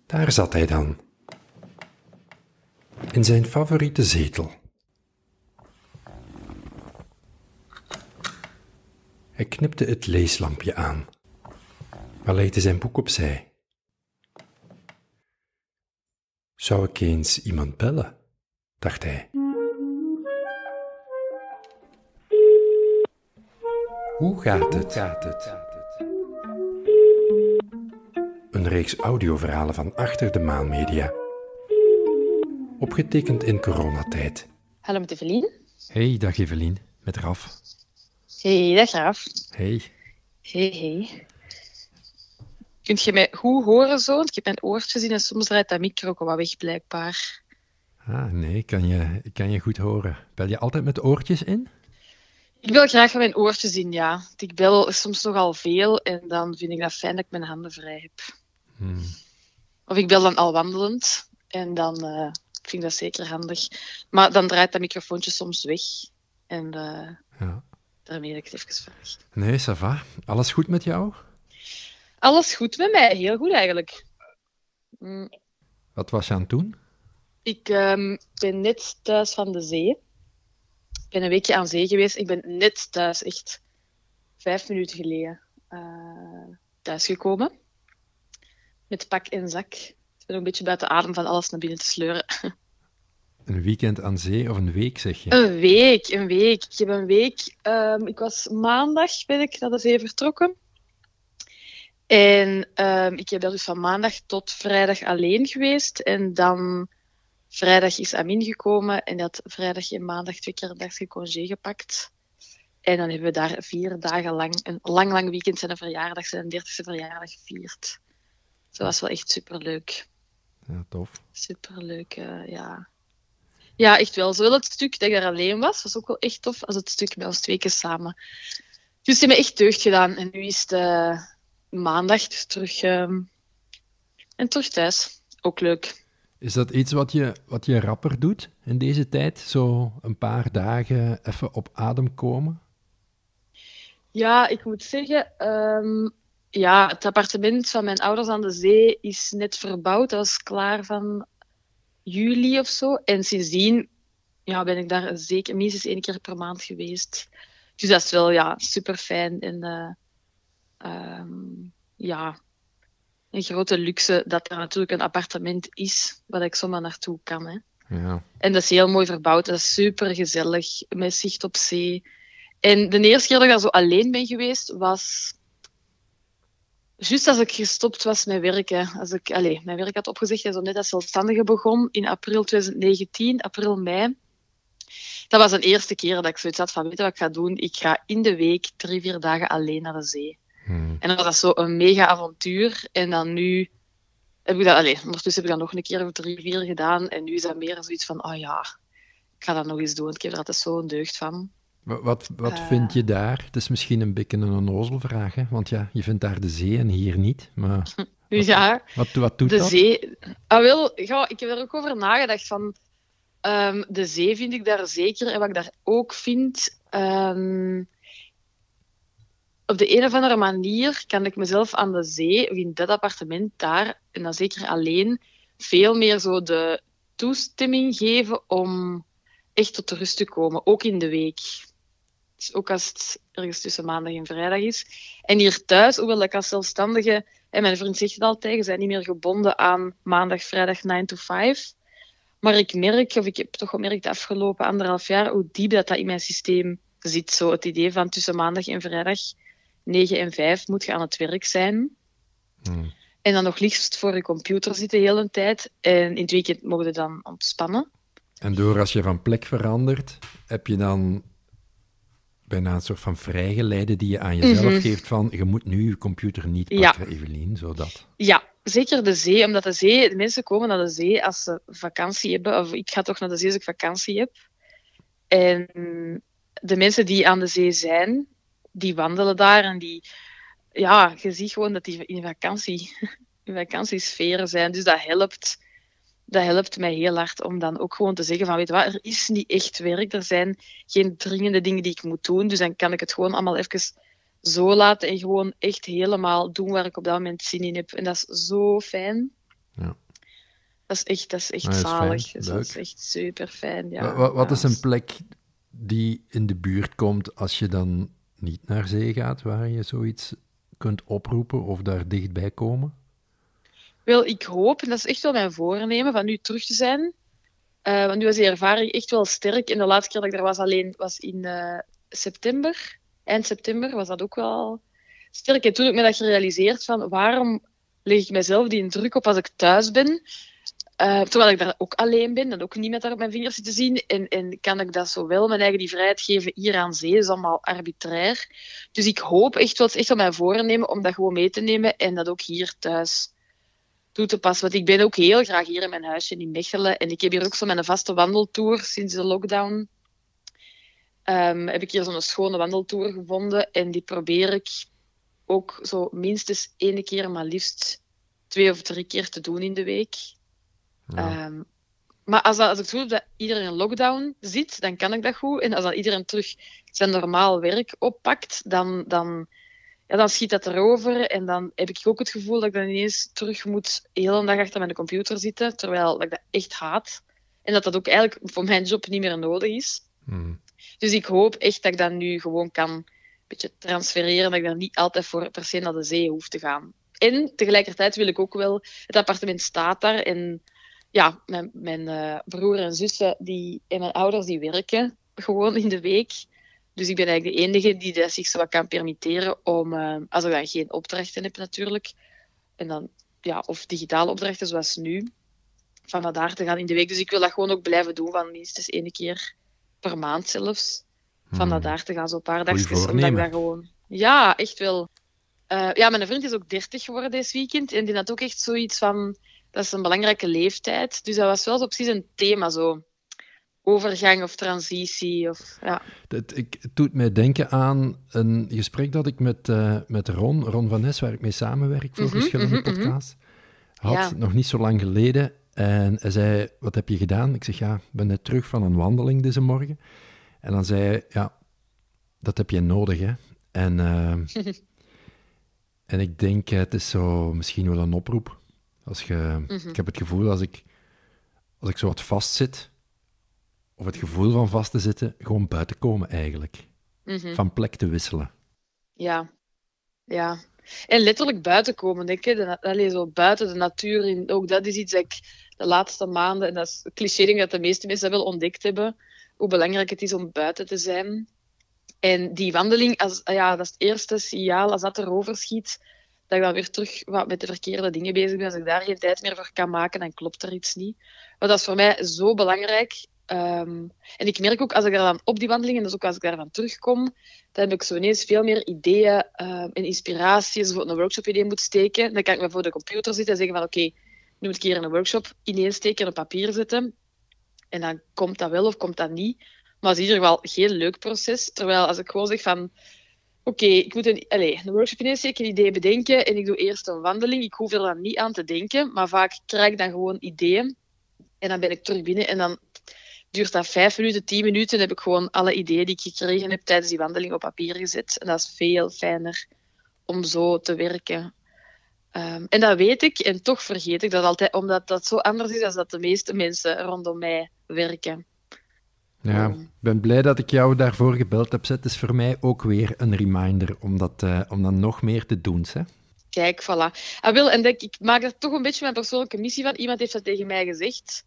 Daar zat hij dan, in zijn favoriete zetel. Hij knipte het leeslampje aan, maar legde zijn boek opzij. Zou ik eens iemand bellen, dacht hij. Hoe gaat het? Een reeks audioverhalen van Achter de Maan Media. Opgetekend in coronatijd. Hallo met Evelien. Hey, dag Evelien, met Raf. Hey, dag Raf. Hey. Hey. Kunt je mij goed horen zo? Want ik heb mijn oortjes in en soms draait dat micro ook wat weg blijkbaar. Ah, nee, ik kan je goed horen. Bel je altijd met oortjes in? Ik bel graag met mijn oortjes in, ja. Ik bel soms nogal veel en dan vind ik dat fijn dat ik mijn handen vrij heb. Of ik bel dan al wandelend en dan vind ik dat zeker handig. Maar dan draait dat microfoontje soms weg en Ja. daarmee heb ik het even vraag. Nee, ça va. Alles goed met jou? Alles goed met mij, heel goed eigenlijk. Wat was je aan het doen? Ik ben net thuis van de zee. Ik ben een weekje aan zee geweest. Ik ben net thuis, echt 5 minuten geleden, thuisgekomen. Met pak en zak. Ik ben ook een beetje buiten adem van alles naar binnen te sleuren. Een weekend aan zee of een week, zeg je? Een week. Ik heb een week... ik was maandag ben ik naar de zee vertrokken. En ik heb daar dus van maandag tot vrijdag alleen geweest. En dan... Vrijdag is Amin gekomen en die had vrijdag en maandag 2 keer een dagje congé gepakt. En dan hebben we daar 4 dagen lang, een lang weekend zijn verjaardag, zijn 30e verjaardag gevierd. Dus dat was wel echt superleuk. Ja, tof. Superleuk, ja. Ja, echt wel. Zowel het stuk dat ik daar alleen was ook wel echt tof, als het stuk met ons 2 keer samen. Dus het heeft me echt deugd gedaan. En nu is het maandag, dus terug, en terug thuis. Ook leuk. Is dat iets wat je rapper doet in deze tijd? Zo een paar dagen even op adem komen? Ja, ik moet zeggen, het appartement van mijn ouders aan de zee is net verbouwd. Dat was klaar van juli of zo. En sindsdien ben ik daar zeker minstens 1 keer per maand geweest. Dus dat is wel super fijn. En een grote luxe dat er natuurlijk een appartement is waar ik zomaar naartoe kan. Hè. Ja. En dat is heel mooi verbouwd. Dat is super gezellig, met zicht op zee. En de eerste keer dat ik daar zo alleen ben geweest, was juist als ik gestopt was met werken. Als ik mijn werk had opgezegd en zo net als zelfstandige begon in april 2019, april, mei. Dat was de eerste keer dat ik zoiets had van, weet je wat ik ga doen? Ik ga in de week 3-4 dagen alleen naar de zee. En dan was dat zo een mega avontuur. En dan nu heb ik dat... ondertussen heb ik dat nog een keer of 3-4 gedaan. En nu is dat meer zoiets van, ik ga dat nog eens doen. Want ik heb er altijd zo'n deugd van. Wat vind je daar? Het is misschien een beetje een onnozel vraag, hè? Want ja, je vindt daar de zee en hier niet. Maar wat doet de dat? Zee... ik heb er ook over nagedacht van... de zee vind ik daar zeker. En wat ik daar ook vind... op de een of andere manier kan ik mezelf aan de zee, of in dat appartement daar, en dan zeker alleen, veel meer zo de toestemming geven om echt tot rust te komen, ook in de week. Dus ook als het ergens tussen maandag en vrijdag is. En hier thuis, hoewel ik als zelfstandige, en mijn vriend zegt het altijd, je bent niet meer gebonden aan maandag, vrijdag 9 to 5. Maar ik heb toch gemerkt de afgelopen 1,5 jaar, hoe diep dat in mijn systeem zit. Zo het idee van tussen maandag en vrijdag 9 en 5 moet je aan het werk zijn. En dan nog liefst voor je computer zitten de hele tijd. En in het weekend mogen je dan ontspannen. En door als je van plek verandert, heb je dan bijna een soort van vrijgeleide die je aan jezelf geeft van, je moet nu je computer niet pakken, Evelien, zodat. Ja, zeker de zee. Omdat de mensen komen naar de zee als ze vakantie hebben. Of ik ga toch naar de zee als ik vakantie heb. En de mensen die aan de zee zijn, die wandelen daar en je ziet gewoon dat die in vakantiesferen zijn. Dus dat helpt mij heel hard om dan ook gewoon te zeggen van, weet je wat, er is niet echt werk, er zijn geen dringende dingen die ik moet doen, dus dan kan ik het gewoon allemaal even zo laten en gewoon echt helemaal doen waar ik op dat moment zin in heb. En dat is zo fijn. Ja. Dat is echt is zalig. Fijn. Dat is echt super fijn. Ja. Wat is een plek die in de buurt komt als je dan niet naar zee gaat, waar je zoiets kunt oproepen of daar dichtbij komen? Wel, ik hoop, en dat is echt wel mijn voornemen, van nu terug te zijn. Want nu was die ervaring echt wel sterk. En de laatste keer dat ik er was in september. Eind september was dat ook wel sterk. En toen heb ik me dat gerealiseerd van, waarom leg ik mezelf die druk op als ik thuis ben? Terwijl ik daar ook alleen ben, en ook niet met daar op mijn vingers zitten zien. En kan ik dat zo wel mijn eigen die vrijheid geven hier aan zee? Dat is allemaal arbitrair. Dus ik hoop echt wel, het is echt wel mijn voornemen om dat gewoon mee te nemen en dat ook hier thuis toe te passen. Want ik ben ook heel graag hier in mijn huisje in Mechelen. En ik heb hier ook zo mijn vaste wandeltour sinds de lockdown. Heb ik hier zo'n schone wandeltour gevonden. En die probeer ik ook zo minstens 1 keer, maar liefst 2 of 3 keer te doen in de week. Ja. Maar als ik het goed heb dat iedereen in lockdown zit, dan kan ik dat goed. En als dan iedereen terug zijn normaal werk oppakt, dan schiet dat erover. En dan heb ik ook het gevoel dat ik dan ineens terug moet heel een dag achter mijn computer zitten, terwijl dat ik dat echt haat. En dat ook eigenlijk voor mijn job niet meer nodig is. Dus ik hoop echt dat ik dat nu gewoon kan een beetje transfereren, dat ik daar niet altijd voor per se naar de zee hoef te gaan. En tegelijkertijd wil ik ook wel, het appartement staat daar en ja, mijn broer en zussen en mijn ouders die werken gewoon in de week. Dus ik ben eigenlijk de enige die dat zich zo wat kan permitteren om, als ik dan geen opdrachten heb natuurlijk, en dan, ja, of digitale opdrachten zoals nu, van naar daar te gaan in de week. Dus ik wil dat gewoon ook blijven doen, van minstens 1 keer per maand zelfs. Van naar daar te gaan, zo'n paar dagjes. Omdat ik daar gewoon... Ja, echt wel. Mijn vriend is ook 30 geworden deze weekend. En die had ook echt zoiets van... Dat is een belangrijke leeftijd. Dus dat was wel zo precies een thema, zo. Overgang of transitie. Ja. Het doet mij denken aan een gesprek dat ik met Ron van Nes, waar ik mee samenwerk voor verschillende podcasts, had, nog niet zo lang geleden. En hij zei, wat heb je gedaan? Ik zeg, ja, ik ben net terug van een wandeling deze morgen. En dan zei hij, ja, dat heb je nodig, hè. En ik denk, het is zo misschien wel een oproep. Ik heb het gevoel, als ik zo wat vastzit, of het gevoel van vast te zitten, gewoon buiten komen eigenlijk. Van plek te wisselen. Ja. En letterlijk buiten komen, denk ik. Zo buiten de natuur in. Ook dat is iets dat ik de laatste maanden, en dat is een cliché, denk dat de meeste mensen dat wel ontdekt hebben, hoe belangrijk het is om buiten te zijn. En die wandeling, dat is het eerste signaal, als dat erover schiet, dat ik dan weer terug met de verkeerde dingen bezig ben. Als ik daar geen tijd meer voor kan maken, dan klopt er iets niet. Maar dat is voor mij zo belangrijk. En ik merk ook, als ik daar dan op die wandeling, en dus ook als ik daarvan terugkom, dan heb ik zo ineens veel meer ideeën en inspiratie. Als ik een workshop-idee moet steken, dan kan ik me voor de computer zitten en zeggen van oké, nu moet ik hier een workshop ineensteken en op papier zetten. En dan komt dat wel of komt dat niet. Maar het is in ieder geval geen leuk proces. Terwijl als ik gewoon zeg van... Oké, ik moet een workshop ineensteken, een idee bedenken en ik doe eerst een wandeling. Ik hoef er dan niet aan te denken, maar vaak krijg ik dan gewoon ideeën. En dan ben ik terug binnen en dan duurt dat 5 minuten, 10 minuten. Dan heb ik gewoon alle ideeën die ik gekregen heb tijdens die wandeling op papier gezet. En dat is veel fijner om zo te werken. En dat weet ik en toch vergeet ik dat altijd, omdat dat zo anders is dan dat de meeste mensen rondom mij werken. Ja, ik ben blij dat ik jou daarvoor gebeld heb. Het is voor mij ook weer een reminder om dan nog meer te doen. Hè? Kijk, voilà. En ik maak er toch een beetje mijn persoonlijke missie van. Iemand heeft dat tegen mij gezegd.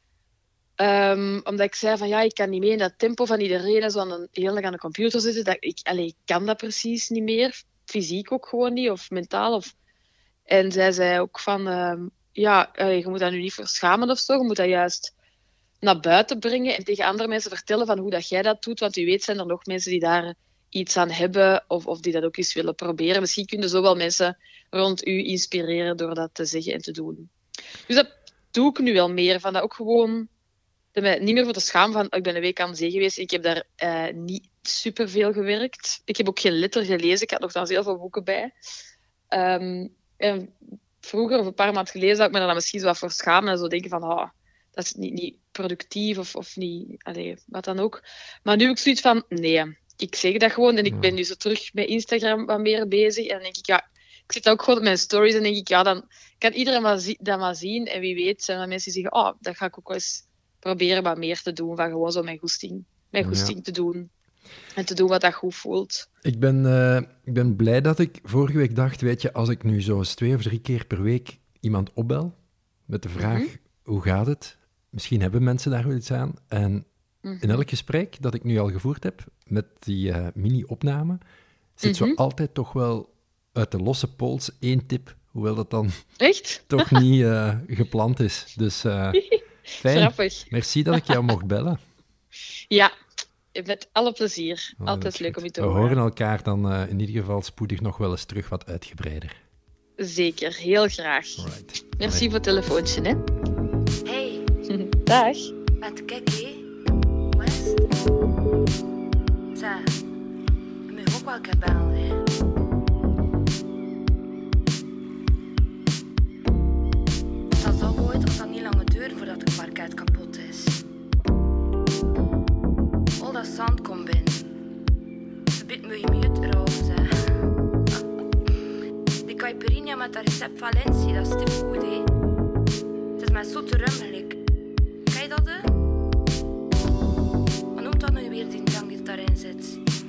Omdat ik zei van, ik kan niet mee in dat tempo van iedereen. Zo aan heel dag aan de computer zitten. Ik kan dat precies niet meer. Fysiek ook gewoon niet, of mentaal. En zij zei ook van, je moet daar nu niet voor schamen of zo. Je moet dat juist naar buiten brengen en tegen andere mensen vertellen van hoe dat jij dat doet. Want u weet, zijn er nog mensen die daar iets aan hebben of die dat ook eens willen proberen. Misschien kunnen zo wel mensen rond u inspireren door dat te zeggen en te doen. Dus dat doe ik nu wel meer. Van dat ook gewoon niet meer voor te schamen van ik ben een week aan zee geweest en ik heb daar niet superveel gewerkt. Ik heb ook geen letter gelezen. Ik had nogthans heel veel boeken bij. En vroeger, of een paar maanden geleden, zou ik me daar dan misschien zo wat voor schamen en zo denken van dat is niet productief of niet, wat dan ook. Maar nu heb ik zoiets van, nee, ik zeg dat gewoon. En ik ben nu zo terug met Instagram wat meer bezig. En dan denk ik, Ik zit ook gewoon op mijn stories en denk ik, ja, dan kan iedereen dat maar zien. En wie weet zijn er mensen die zeggen, oh, dat ga ik ook wel eens proberen wat meer te doen. Van gewoon zo mijn goesting te doen. En te doen wat dat goed voelt. Ik ben blij dat ik vorige week dacht, weet je, als ik nu zo eens 2 of 3 keer per week iemand opbel met de vraag, hoe gaat het? Misschien hebben mensen daar wel iets aan. En in elk gesprek dat ik nu al gevoerd heb, met die mini-opname, zit zo altijd toch wel uit de losse pols 1 tip, hoewel dat dan echt? toch niet gepland is. Dus fijn. Grappig. Merci dat ik jou mocht bellen. Ja, met alle plezier. Altijd leuk om je te horen. We horen elkaar dan in ieder geval spoedig nog wel eens terug wat uitgebreider. Zeker, heel graag. Right. Merci voor het telefoontje, hè. Hey. Dag. Met Kiki. West. Zeg, je mag ook wel een keer bellen, hè. Dat zal ooit, als dat niet lang duurt voordat het parket kapot is. Al dat zand komt binnen. Ze biedt me je mute erover, zeg. Die caipirinha met dat recept Valentie, dat is te goed, hè. Het is met zoete rummelig. Ken je dat, hè? Wat noemt dat nu weer, die drank die daarin zit?